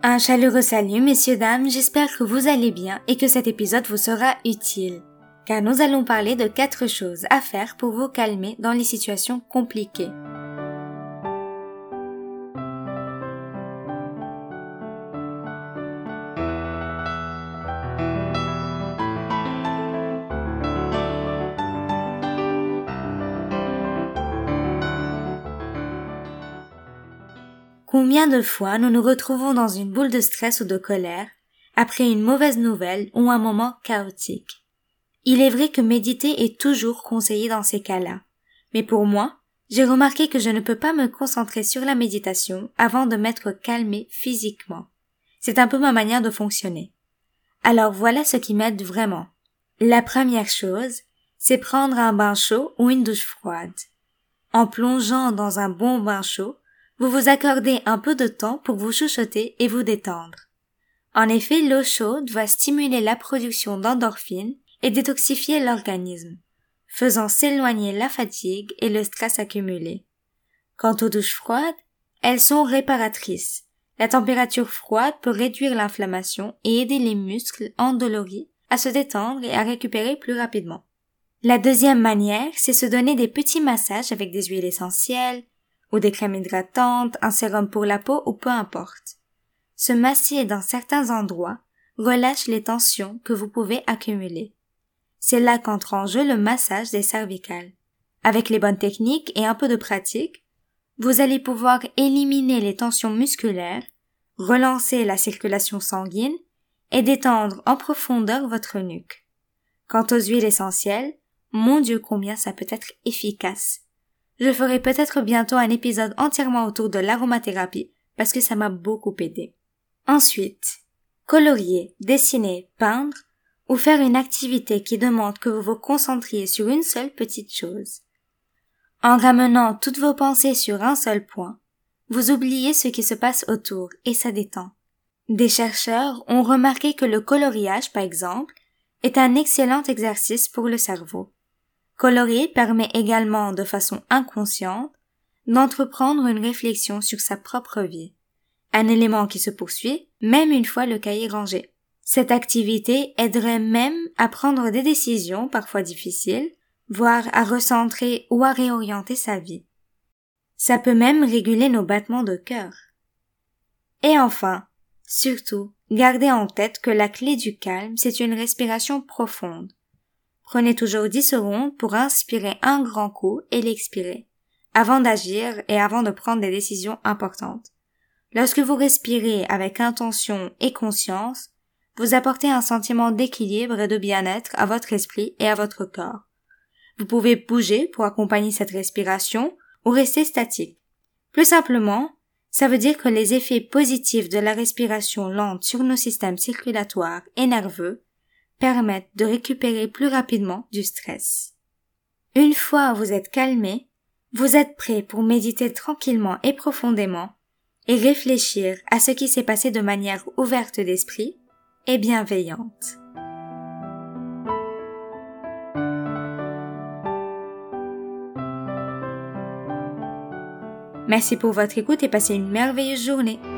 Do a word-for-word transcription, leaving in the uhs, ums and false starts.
Un chaleureux salut, messieurs, dames, j'espère que vous allez bien et que cet épisode vous sera utile, car nous allons parler de quatre choses à faire pour vous calmer dans les situations compliquées. Combien de fois nous nous retrouvons dans une boule de stress ou de colère, après une mauvaise nouvelle ou un moment chaotique. Il est vrai que méditer est toujours conseillé dans ces cas-là, mais pour moi, j'ai remarqué que je ne peux pas me concentrer sur la méditation avant de m'être calmé physiquement. C'est un peu ma manière de fonctionner. Alors voilà ce qui m'aide vraiment. La première chose, c'est prendre un bain chaud ou une douche froide. En plongeant dans un bon bain chaud, vous vous accordez un peu de temps pour vous chuchoter et vous détendre. En effet, l'eau chaude va stimuler la production d'endorphines et détoxifier l'organisme, faisant s'éloigner la fatigue et le stress accumulé. Quant aux douches froides, elles sont réparatrices. La température froide peut réduire l'inflammation et aider les muscles endoloris à se détendre et à récupérer plus rapidement. La deuxième manière, c'est se donner des petits massages avec des huiles essentielles, ou des crèmes hydratantes, un sérum pour la peau ou peu importe. Se masser dans certains endroits relâche les tensions que vous pouvez accumuler. C'est là qu'entre en jeu le massage des cervicales. Avec les bonnes techniques et un peu de pratique, vous allez pouvoir éliminer les tensions musculaires, relancer la circulation sanguine et détendre en profondeur votre nuque. Quant aux huiles essentielles, mon Dieu combien ça peut être efficace. Je ferai peut-être bientôt un épisode entièrement autour de l'aromathérapie parce que ça m'a beaucoup aidé. Ensuite, colorier, dessiner, peindre ou faire une activité qui demande que vous vous concentriez sur une seule petite chose. En ramenant toutes vos pensées sur un seul point, vous oubliez ce qui se passe autour et ça détend. Des chercheurs ont remarqué que le coloriage, par exemple, est un excellent exercice pour le cerveau. Colorier permet également, de façon inconsciente, d'entreprendre une réflexion sur sa propre vie, un élément qui se poursuit même une fois le cahier rangé. Cette activité aiderait même à prendre des décisions parfois difficiles, voire à recentrer ou à réorienter sa vie. Ça peut même réguler nos battements de cœur. Et enfin, surtout, gardez en tête que la clé du calme, c'est une respiration profonde. Prenez toujours dix secondes pour inspirer un grand coup et l'expirer, avant d'agir et avant de prendre des décisions importantes. Lorsque vous respirez avec intention et conscience, vous apportez un sentiment d'équilibre et de bien-être à votre esprit et à votre corps. Vous pouvez bouger pour accompagner cette respiration ou rester statique. Plus simplement, ça veut dire que les effets positifs de la respiration lente sur nos systèmes circulatoires et nerveux permettent de récupérer plus rapidement du stress. Une fois vous êtes calmé, vous êtes prêt pour méditer tranquillement et profondément et réfléchir à ce qui s'est passé de manière ouverte d'esprit et bienveillante. Merci pour votre écoute et passez une merveilleuse journée.